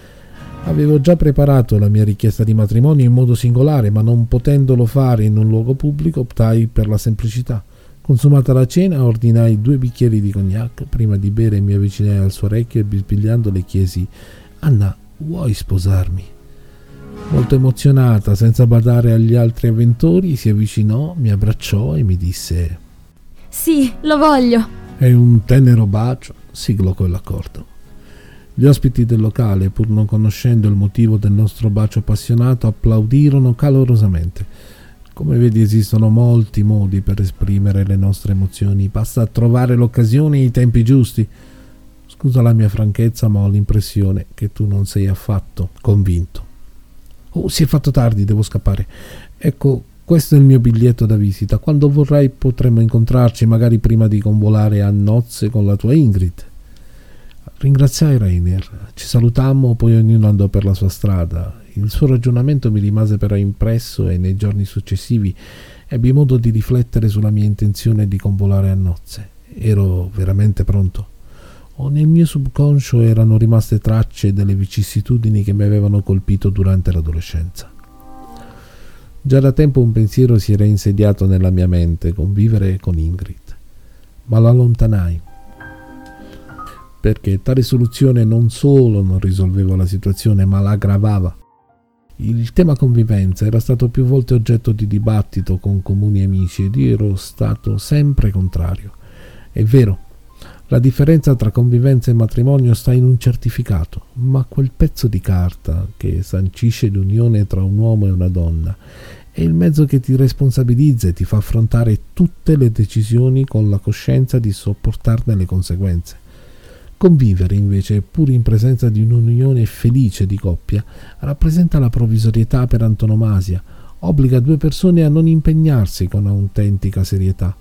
Avevo già preparato la mia richiesta di matrimonio in modo singolare, ma non potendolo fare in un luogo pubblico optai per la semplicità. Consumata la cena ordinai due bicchieri di cognac. Prima di bere mi avvicinai al suo orecchio e bisbigliando le chiesi: Anna, vuoi sposarmi? Molto emozionata, senza badare agli altri avventori, si avvicinò, mi abbracciò e mi disse: Sì, lo voglio. E un tenero bacio siglò quell'accordo. Gli ospiti del locale, pur non conoscendo il motivo del nostro bacio appassionato, applaudirono calorosamente. Come vedi, esistono molti modi per esprimere le nostre emozioni, basta trovare l'occasione e i tempi giusti. Scusa la mia franchezza, ma ho l'impressione che tu non sei affatto convinto. Oh, si è fatto tardi, devo scappare. Ecco, questo è il mio biglietto da visita. Quando vorrai potremo incontrarci, magari prima di convolare a nozze con la tua Ingrid. Ringraziai Rainer, ci salutammo, poi ognuno andò per la sua strada. Il suo ragionamento mi rimase però impresso e nei giorni successivi ebbi modo di riflettere sulla mia intenzione di convolare a nozze. Ero veramente pronto? O nel mio subconscio erano rimaste tracce delle vicissitudini che mi avevano colpito durante l'adolescenza? Già da tempo un pensiero si era insediato nella mia mente: convivere con Ingrid. Ma la allontanai, perché tale soluzione non solo non risolveva la situazione, ma la aggravava. Il tema convivenza era stato più volte oggetto di dibattito con comuni amici ed io ero stato sempre contrario. È vero, la differenza tra convivenza e matrimonio sta in un certificato, ma quel pezzo di carta che sancisce l'unione tra un uomo e una donna è il mezzo che ti responsabilizza e ti fa affrontare tutte le decisioni con la coscienza di sopportarne le conseguenze. Convivere, invece, pur in presenza di un'unione felice di coppia, rappresenta la provvisorietà per antonomasia, obbliga due persone a non impegnarsi con autentica serietà.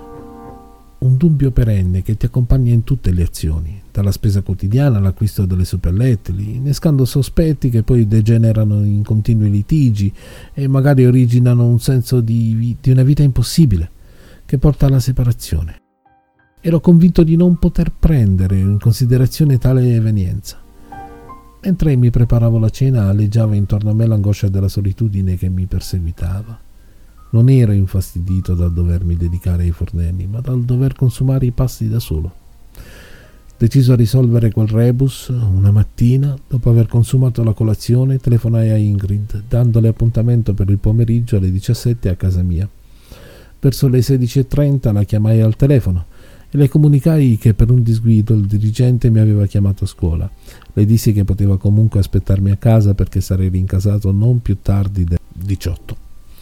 Un dubbio perenne che ti accompagna in tutte le azioni, dalla spesa quotidiana all'acquisto delle suppellettili, innescando sospetti che poi degenerano in continui litigi e magari originano un senso di, di una vita impossibile, che porta alla separazione. Ero convinto di non poter prendere in considerazione tale evenienza. Mentre mi preparavo la cena, aleggiava intorno a me l'angoscia della solitudine che mi perseguitava. Non ero infastidito dal dovermi dedicare ai fornelli, ma dal dover consumare i pasti da solo. Deciso a risolvere quel rebus, una mattina, dopo aver consumato la colazione, telefonai a Ingrid, dandole appuntamento per il pomeriggio alle diciassette a casa mia. Verso le sedici e trenta la chiamai al telefono e le comunicai che per un disguido il dirigente mi aveva chiamato a scuola. Le dissi che poteva comunque aspettarmi a casa perché sarei rincasato non più tardi delle diciotto.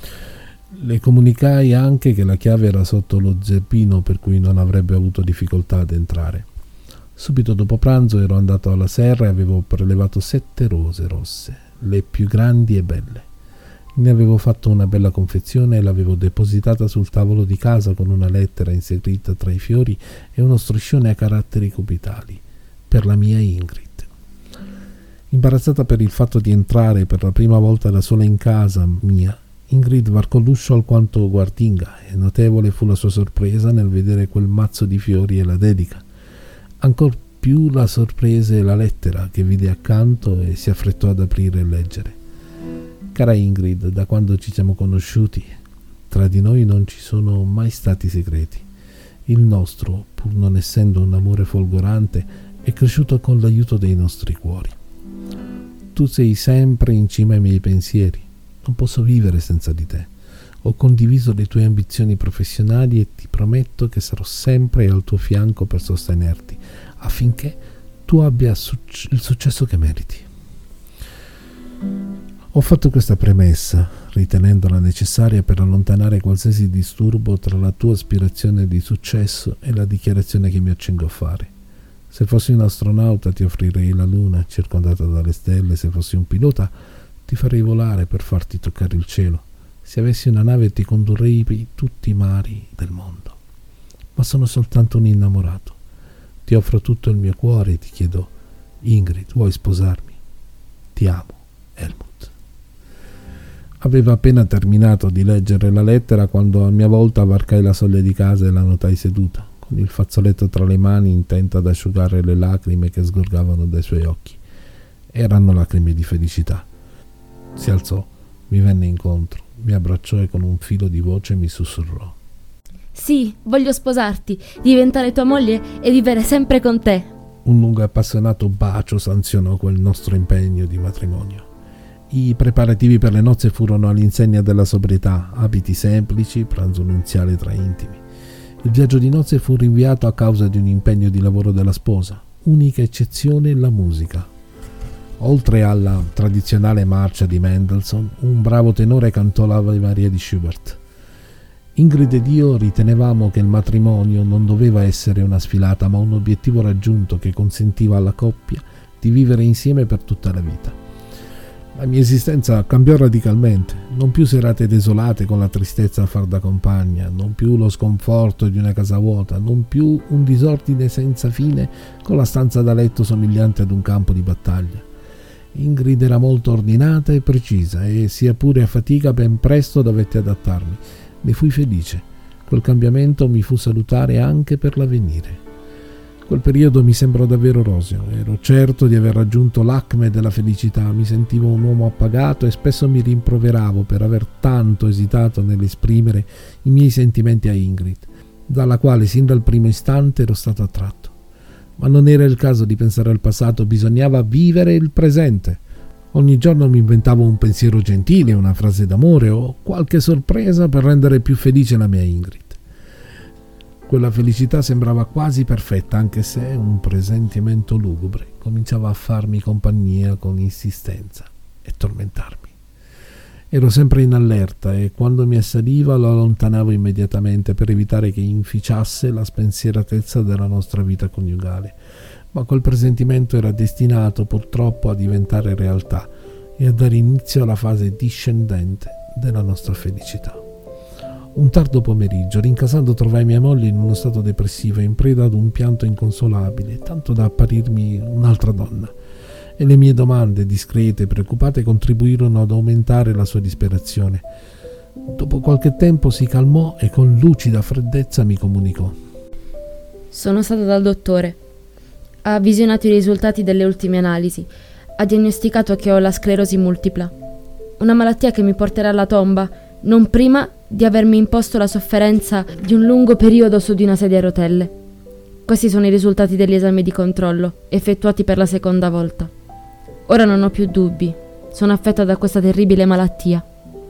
Le comunicai anche che la chiave era sotto lo zerbino, per cui non avrebbe avuto difficoltà ad entrare. Subito dopo pranzo ero andato alla serra e avevo prelevato sette rose rosse, le più grandi e belle. Ne avevo fatto una bella confezione e l'avevo depositata sul tavolo di casa con una lettera inserita tra i fiori e uno striscione a caratteri cubitali per la mia Ingrid. Imbarazzata per il fatto di entrare per la prima volta da sola in casa mia, Ingrid varcò l'uscio alquanto guardinga e notevole fu la sua sorpresa nel vedere quel mazzo di fiori e la dedica. Ancor più la sorprese la lettera che vide accanto e si affrettò ad aprire e leggere. Cara Ingrid, da quando ci siamo conosciuti, tra di noi non ci sono mai stati segreti. Il nostro, pur non essendo un amore folgorante, è cresciuto con l'aiuto dei nostri cuori. Tu sei sempre in cima ai miei pensieri. Non posso vivere senza di te. Ho condiviso le tue ambizioni professionali e ti prometto che sarò sempre al tuo fianco per sostenerti, affinché tu abbia suc- il successo che meriti. Ho fatto questa premessa, ritenendola necessaria per allontanare qualsiasi disturbo tra la tua aspirazione di successo e la dichiarazione che mi accingo a fare. Se fossi un astronauta ti offrirei la luna circondata dalle stelle, se fossi un pilota ti farei volare per farti toccare il cielo. Se avessi una nave ti condurrei per tutti i mari del mondo. Ma sono soltanto un innamorato. Ti offro tutto il mio cuore e ti chiedo: Ingrid, vuoi sposarmi? Ti amo, Helmut. Aveva appena terminato di leggere la lettera quando a mia volta varcai la soglia di casa e la notai seduta, con il fazzoletto tra le mani, intenta ad asciugare le lacrime che sgorgavano dai suoi occhi. Erano lacrime di felicità. Si alzò, mi venne incontro, mi abbracciò e con un filo di voce mi sussurrò: Sì, voglio sposarti, diventare tua moglie e vivere sempre con te. Un lungo e appassionato bacio sanzionò quel nostro impegno di matrimonio. I preparativi per le nozze furono all'insegna della sobrietà, abiti semplici, pranzo nuziale tra intimi. Il viaggio di nozze fu rinviato a causa di un impegno di lavoro della sposa, unica eccezione la musica. Oltre alla tradizionale marcia di Mendelssohn, un bravo tenore cantò l'Ave Maria di Schubert. Ingrid ed io ritenevamo che il matrimonio non doveva essere una sfilata, ma un obiettivo raggiunto che consentiva alla coppia di vivere insieme per tutta la vita. La mia esistenza cambiò radicalmente, non più serate desolate con la tristezza a far da compagna, non più lo sconforto di una casa vuota, non più un disordine senza fine con la stanza da letto somigliante ad un campo di battaglia. Ingrid era molto ordinata e precisa e, sia pure a fatica, ben presto dovetti adattarmi. Ne fui felice. Quel cambiamento mi fu salutare anche per l'avvenire. Quel periodo mi sembrò davvero roseo, ero certo di aver raggiunto l'acme della felicità, mi sentivo un uomo appagato e spesso mi rimproveravo per aver tanto esitato nell'esprimere i miei sentimenti a Ingrid, dalla quale sin dal primo istante ero stato attratto. Ma non era il caso di pensare al passato, bisognava vivere il presente. Ogni giorno mi inventavo un pensiero gentile, una frase d'amore o qualche sorpresa per rendere più felice la mia Ingrid. Quella felicità sembrava quasi perfetta, anche se un presentimento lugubre cominciava a farmi compagnia con insistenza e tormentarmi. Ero sempre in allerta e quando mi assaliva lo allontanavo immediatamente per evitare che inficiasse la spensieratezza della nostra vita coniugale. Ma quel presentimento era destinato purtroppo a diventare realtà e a dare inizio alla fase discendente della nostra felicità. Un tardo pomeriggio, rincasando, trovai mia moglie in uno stato depressivo, in preda ad un pianto inconsolabile, tanto da apparirmi un'altra donna, e le mie domande, discrete e preoccupate, contribuirono ad aumentare la sua disperazione. Dopo qualche tempo si calmò e con lucida freddezza mi comunicò: sono stata dal dottore. Ha visionato i risultati delle ultime analisi. Ha diagnosticato che ho la sclerosi multipla, una malattia che mi porterà alla tomba, non prima di avermi imposto la sofferenza di un lungo periodo su di una sedia a rotelle. Questi sono i risultati degli esami di controllo, effettuati per la seconda volta. Ora non ho più dubbi, sono affetta da questa terribile malattia.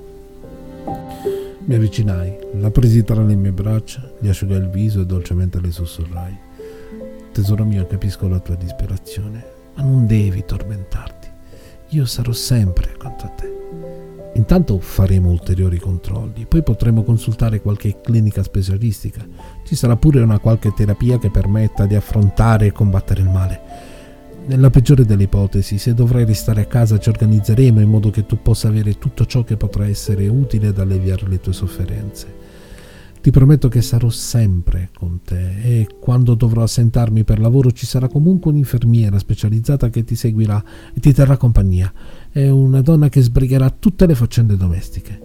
Mi avvicinai, la presi tra le mie braccia, gli asciugai il viso e dolcemente le sussurrai: tesoro mio, capisco la tua disperazione, ma non devi tormentarti. Io sarò sempre accanto a te. Intanto faremo ulteriori controlli, poi potremo consultare qualche clinica specialistica. Ci sarà pure una qualche terapia che permetta di affrontare e combattere il male. Nella peggiore delle ipotesi, se dovrai restare a casa, ci organizzeremo in modo che tu possa avere tutto ciò che potrà essere utile ad alleviare le tue sofferenze. Ti prometto che sarò sempre con te e quando dovrò assentarmi per lavoro ci sarà comunque un'infermiera specializzata che ti seguirà e ti terrà compagnia. È una donna che sbrigherà tutte le faccende domestiche.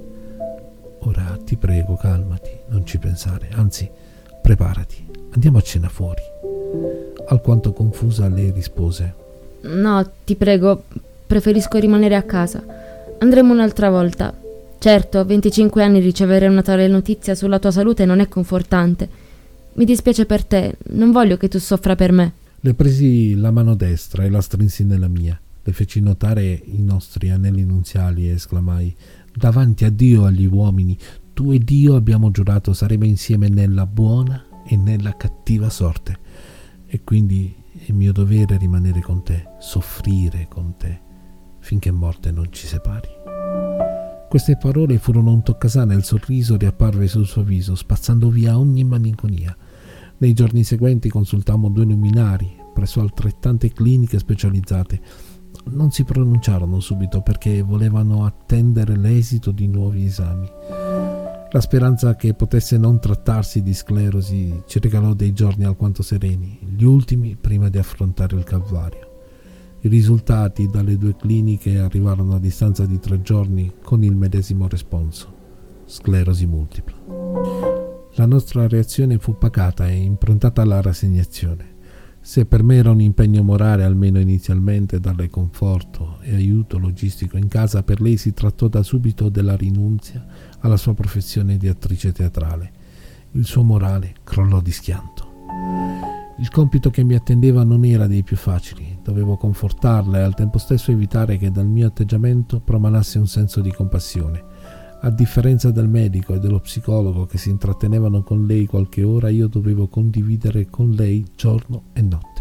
Ora ti prego, calmati, non ci pensare, anzi, preparati, andiamo a cena fuori. Alquanto confusa lei rispose: no, ti prego, preferisco rimanere a casa. Andremo un'altra volta. Certo, a venticinque anni ricevere una tale notizia sulla tua salute non è confortante. Mi dispiace per te, non voglio che tu soffra per me. Le presi la mano destra e la strinsi nella mia. Le feci notare i nostri anelli nuziali e esclamai: davanti a Dio e agli uomini, tu ed io abbiamo giurato saremo insieme nella buona e nella cattiva sorte. E quindi è mio dovere rimanere con te, soffrire con te, finché morte non ci separi. Queste parole furono un toccasana e il sorriso riapparve sul suo viso, spazzando via ogni malinconia. Nei giorni seguenti consultammo due luminari presso altrettante cliniche specializzate. Non si pronunciarono subito perché volevano attendere l'esito di nuovi esami. La speranza che potesse non trattarsi di sclerosi ci regalò dei giorni alquanto sereni, gli ultimi prima di affrontare il calvario. I risultati dalle due cliniche arrivarono a distanza di tre giorni con il medesimo responso: sclerosi multipla. La nostra reazione fu pacata e improntata alla rassegnazione. Se per me era un impegno morale, almeno inizialmente, darle conforto e aiuto logistico in casa, per lei si trattò da subito della rinunzia alla sua professione di attrice teatrale. Il suo morale crollò di schianto. Il compito che mi attendeva non era dei più facili. Dovevo confortarla e al tempo stesso evitare che dal mio atteggiamento promanasse un senso di compassione. A differenza del medico e dello psicologo che si intrattenevano con lei qualche ora, io dovevo condividere con lei giorno e notte.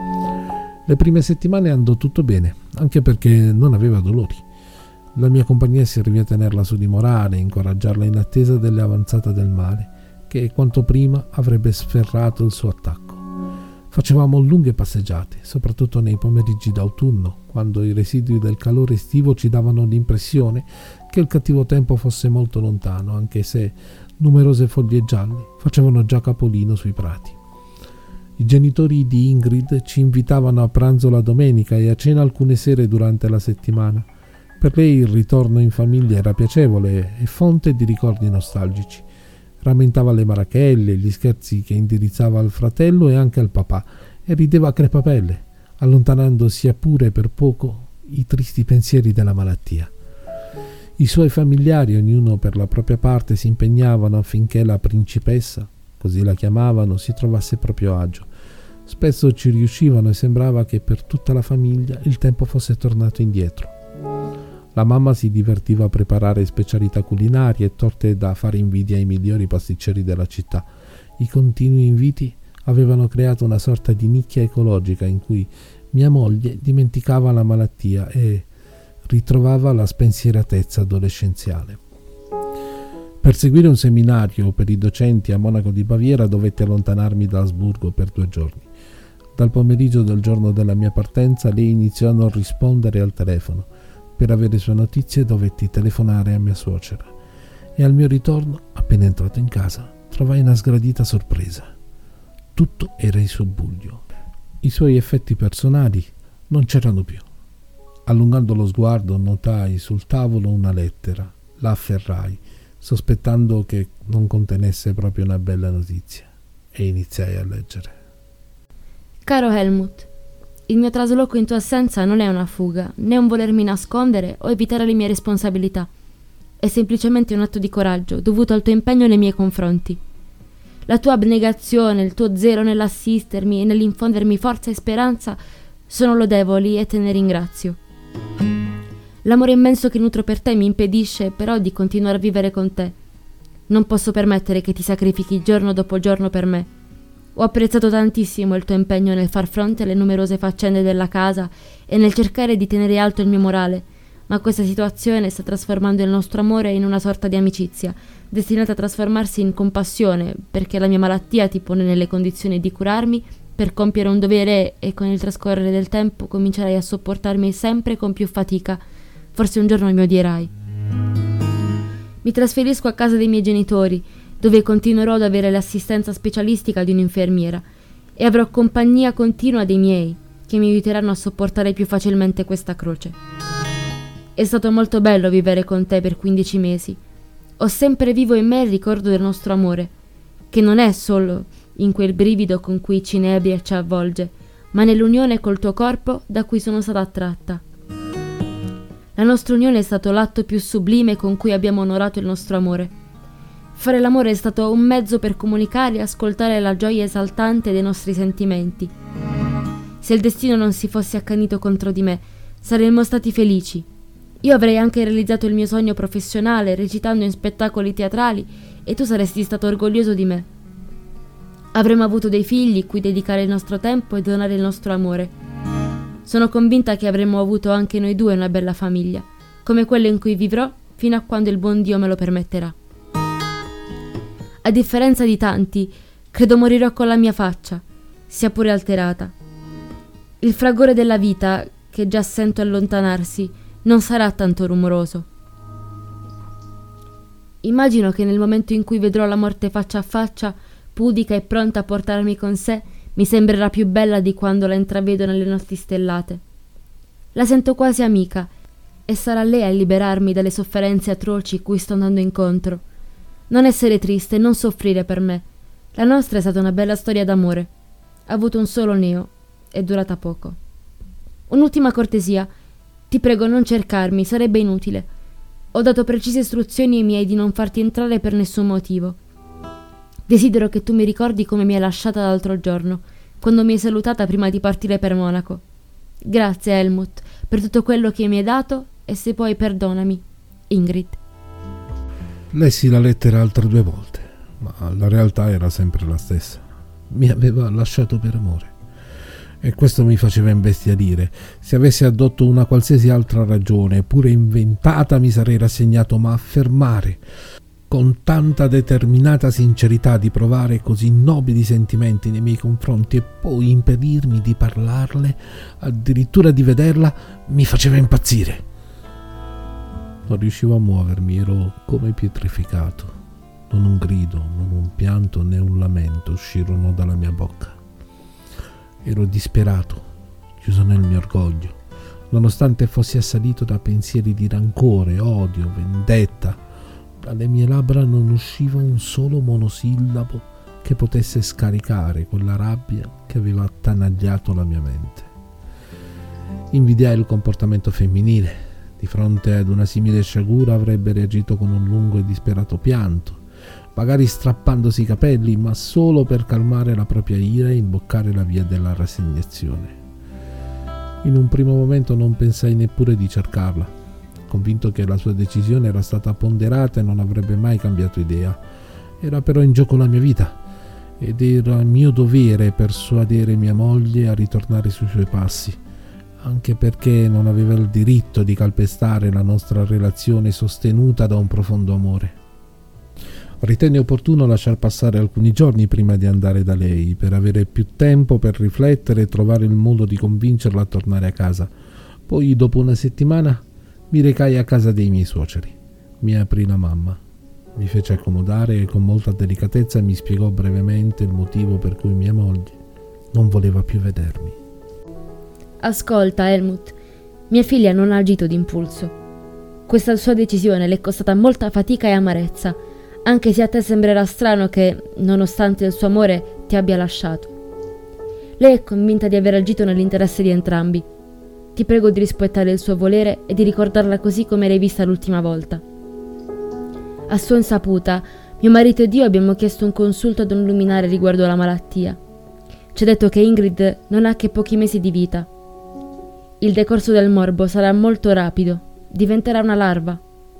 Le prime settimane andò tutto bene, anche perché non aveva dolori. La mia compagnia servì a tenerla su di morale e incoraggiarla in attesa dell'avanzata del male, che quanto prima avrebbe sferrato il suo attacco. Facevamo lunghe passeggiate, soprattutto nei pomeriggi d'autunno, quando i residui del calore estivo ci davano l'impressione che il cattivo tempo fosse molto lontano, anche se numerose foglie gialle facevano già capolino sui prati. I genitori di Ingrid ci invitavano a pranzo la domenica e a cena alcune sere durante la settimana. Per lei il ritorno in famiglia era piacevole e fonte di ricordi nostalgici. Rammentava le marachelle, gli scherzi che indirizzava al fratello e anche al papà, e rideva a crepapelle, allontanando sia pure per poco i tristi pensieri della malattia. I suoi familiari, ognuno per la propria parte, si impegnavano affinché la principessa, così la chiamavano, si trovasse proprio agio. Spesso ci riuscivano e sembrava che per tutta la famiglia il tempo fosse tornato indietro. La mamma si divertiva a preparare specialità culinarie e torte da fare invidia ai migliori pasticceri della città. I continui inviti avevano creato una sorta di nicchia ecologica in cui mia moglie dimenticava la malattia e ritrovava la spensieratezza adolescenziale. Per seguire un seminario per i docenti a Monaco di Baviera dovetti allontanarmi da Asburgo per due giorni. Dal pomeriggio del giorno della mia partenza lei iniziò a non rispondere al telefono. Per avere sue notizie dovetti telefonare a mia suocera e al mio ritorno, appena entrato in casa, trovai una sgradita sorpresa. Tutto era in subbuglio. I suoi effetti personali non c'erano più. Allungando lo sguardo notai sul tavolo una lettera, la afferrai, sospettando che non contenesse proprio una bella notizia, e iniziai a leggere. Caro Helmut, il mio trasloco in tua assenza non è una fuga, né un volermi nascondere o evitare le mie responsabilità. È semplicemente un atto di coraggio, dovuto al tuo impegno nei miei confronti. La tua abnegazione, il tuo zelo nell'assistermi e nell'infondermi forza e speranza sono lodevoli e te ne ringrazio. L'amore immenso che nutro per te mi impedisce però di continuare a vivere con te. Non posso permettere che ti sacrifichi giorno dopo giorno per me. Ho apprezzato tantissimo il tuo impegno nel far fronte alle numerose faccende della casa e nel cercare di tenere alto il mio morale, ma questa situazione sta trasformando il nostro amore in una sorta di amicizia, destinata a trasformarsi in compassione, perché la mia malattia ti pone nelle condizioni di curarmi per compiere un dovere e con il trascorrere del tempo comincerai a sopportarmi sempre con più fatica. Forse un giorno mi odierai. Mi trasferisco a casa dei miei genitori, dove continuerò ad avere l'assistenza specialistica di un'infermiera e avrò compagnia continua dei miei, che mi aiuteranno a sopportare più facilmente questa croce. È stato molto bello vivere con te per quindici mesi. Ho sempre vivo in me il ricordo del nostro amore, che non è solo in quel brivido con cui ci nebbia e ci avvolge, ma nell'unione col tuo corpo da cui sono stata attratta. La nostra unione è stato l'atto più sublime con cui abbiamo onorato il nostro amore. Fare l'amore è stato un mezzo per comunicare e ascoltare la gioia esaltante dei nostri sentimenti. Se il destino non si fosse accanito contro di me, saremmo stati felici. Io avrei anche realizzato il mio sogno professionale recitando in spettacoli teatrali e tu saresti stato orgoglioso di me. Avremmo avuto dei figli cui dedicare il nostro tempo e donare il nostro amore. Sono convinta che avremmo avuto anche noi due una bella famiglia, come quella in cui vivrò fino a quando il buon Dio me lo permetterà. A differenza di tanti, credo morirò con la mia faccia, sia pure alterata. Il fragore della vita, che già sento allontanarsi, non sarà tanto rumoroso. Immagino che nel momento in cui vedrò la morte faccia a faccia, pudica e pronta a portarmi con sé, mi sembrerà più bella di quando la intravedo nelle notti stellate. La sento quasi amica, e sarà lei a liberarmi dalle sofferenze atroci cui sto andando incontro. Non essere triste, non soffrire per me. La nostra è stata una bella storia d'amore. Ha avuto un solo neo, è durata poco. Un'ultima cortesia. Ti prego, non cercarmi, sarebbe inutile. Ho dato precise istruzioni ai miei di non farti entrare per nessun motivo. Desidero che tu mi ricordi come mi hai lasciata l'altro giorno, quando mi hai salutata prima di partire per Monaco. Grazie, Helmut, per tutto quello che mi hai dato e se puoi perdonami. Ingrid. Lessi la lettera altre due volte, ma la realtà era sempre la stessa. Mi aveva lasciato per amore. E questo mi faceva imbestialire. Se avessi addotto una qualsiasi altra ragione, pure inventata, mi sarei rassegnato, ma affermare con tanta determinata sincerità di provare così nobili sentimenti nei miei confronti e poi impedirmi di parlarle, addirittura di vederla, mi faceva impazzire. Non riuscivo a muovermi, ero come pietrificato. Non un grido, non un pianto né un lamento uscirono dalla mia bocca. Ero disperato, chiuso nel mio orgoglio, nonostante fossi assalito da pensieri di rancore, odio, vendetta. Dalle mie labbra non usciva un solo monosillabo che potesse scaricare quella rabbia che aveva attanagliato la mia mente. Invidiai il comportamento femminile. Di fronte ad una simile sciagura avrebbe reagito con un lungo e disperato pianto, magari strappandosi i capelli, ma solo per calmare la propria ira e imboccare la via della rassegnazione. In un primo momento non pensai neppure di cercarla, convinto che la sua decisione era stata ponderata e non avrebbe mai cambiato idea. Era però in gioco la mia vita ed era mio dovere persuadere mia moglie a ritornare sui suoi passi, anche perché non aveva il diritto di calpestare la nostra relazione sostenuta da un profondo amore. Ritenne opportuno lasciar passare alcuni giorni prima di andare da lei, per avere più tempo per riflettere e trovare il modo di convincerla a tornare a casa. Poi, dopo una settimana, mi recai a casa dei miei suoceri. Mi aprì la mamma, mi fece accomodare e con molta delicatezza mi spiegò brevemente il motivo per cui mia moglie non voleva più vedermi. Ascolta, Helmut, mia figlia non ha agito d'impulso. Questa sua decisione le è costata molta fatica e amarezza, anche se a te sembrerà strano che, nonostante il suo amore, ti abbia lasciato. Lei è convinta di aver agito nell'interesse di entrambi. Ti prego di rispettare il suo volere e di ricordarla così come l'hai vista l'ultima volta. A sua insaputa, mio marito ed io abbiamo chiesto un consulto ad un luminare riguardo alla malattia. Ci ha detto che Ingrid non ha che pochi mesi di vita. Il decorso del morbo sarà molto rapido, diventerà una larva.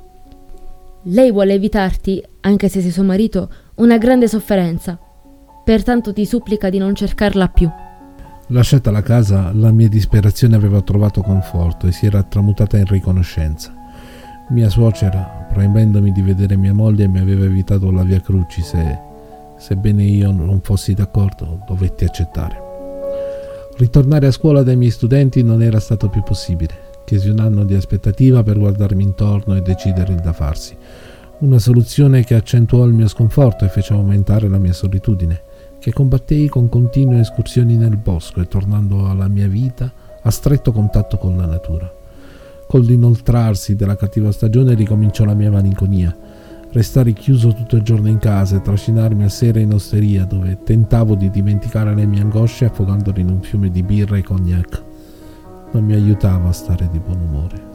Lei vuole evitarti, anche se sei suo marito, una grande sofferenza. Pertanto ti supplica di non cercarla più. Lasciata la casa, la mia disperazione aveva trovato conforto e si era tramutata in riconoscenza. Mia suocera, proibendomi di vedere mia moglie, mi aveva evitato la via crucis e, sebbene io non fossi d'accordo, dovetti accettare. Ritornare a scuola dai miei studenti non era stato più possibile. Chiesi un anno di aspettativa per guardarmi intorno e decidere il da farsi. Una soluzione che accentuò il mio sconforto e fece aumentare la mia solitudine, che combattei con continue escursioni nel bosco e tornando alla mia vita a stretto contatto con la natura. Con l'inoltrarsi della cattiva stagione ricominciò la mia malinconia. Restare chiuso tutto il giorno in casa e trascinarmi a sera in osteria, dove tentavo di dimenticare le mie angosce affogandole in un fiume di birra e cognac, non mi aiutava a stare di buon umore.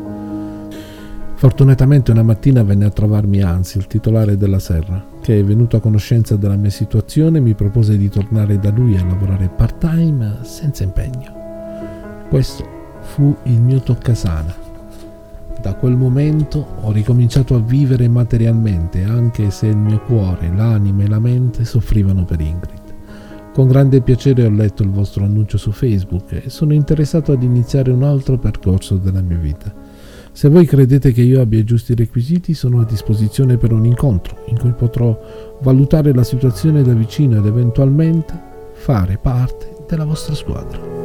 Fortunatamente una mattina venne a trovarmi Hans, il titolare della serra, che, venuto a conoscenza della mia situazione, mi propose di tornare da lui a lavorare part-time senza impegno. Questo fu il mio toccasana. Da quel momento ho ricominciato a vivere materialmente, anche se il mio cuore, l'anima e la mente soffrivano per Ingrid. Con grande piacere ho letto il vostro annuncio su Facebook e sono interessato ad iniziare un altro percorso della mia vita. Se voi credete che io abbia i giusti requisiti, sono a disposizione per un incontro in cui potrò valutare la situazione da vicino ed eventualmente fare parte della vostra squadra.